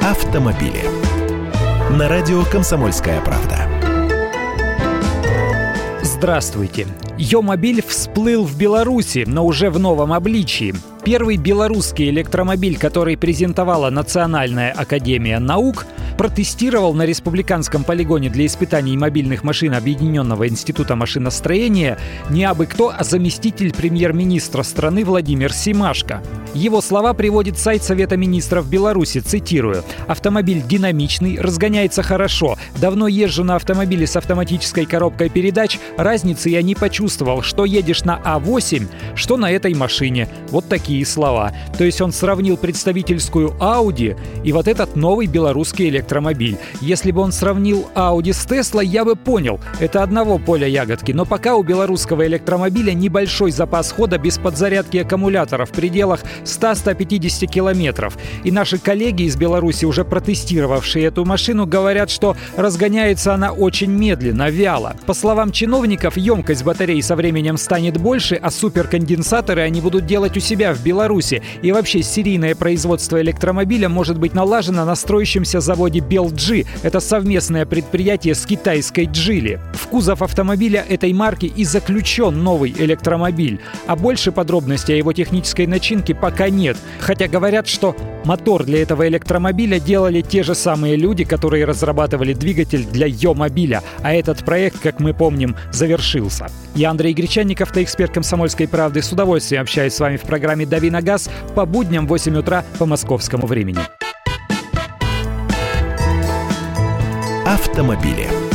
автомобили. На радио «Комсомольская правда». Здравствуйте. Йомобиль всплыл в Беларуси, но уже в новом обличии. Первый белорусский электромобиль, который презентовала Национальная академия наук, протестировал на республиканском полигоне для испытаний мобильных машин Объединенного института машиностроения не абы кто, а заместитель премьер-министра страны Владимир Семашко. Его слова приводит сайт Совета министров Беларуси, цитирую: «Автомобиль динамичный, разгоняется хорошо. Давно езжу на автомобиле с автоматической коробкой передач, разницы я не почувствовал, что едешь на А8, что на этой машине». Вот такие слова. То есть он сравнил представительскую Audi и вот этот новый белорусский электромобиль. Если бы он сравнил Audi с Tesla, я бы понял, это одного поля ягодки. Но пока у белорусского электромобиля небольшой запас хода без подзарядки аккумулятора в пределах 100-150 километров. И наши коллеги из Беларуси, уже протестировавшие эту машину, говорят, что разгоняется она очень медленно, вяло. По словам чиновников, емкость батареи со временем станет больше, а суперконденсаторы они будут делать у себя в Беларуси. И вообще серийное производство электромобиля может быть налажено на строящемся заводе BelG. Это совместное предприятие с китайской Geely. В кузов автомобиля этой марки и заключен новый электромобиль. А больше подробностей о его технической начинке пока нет. Хотя говорят, что мотор для этого электромобиля делали те же самые люди, которые разрабатывали двигатель для Йомобиля. А этот проект, как мы помним, завершился. Я Андрей Гречанников, эксперт «Комсомольской правды». С удовольствием общаюсь с вами в программе «Дави на газ» по будням в 8 утра по московскому времени. Автомобили.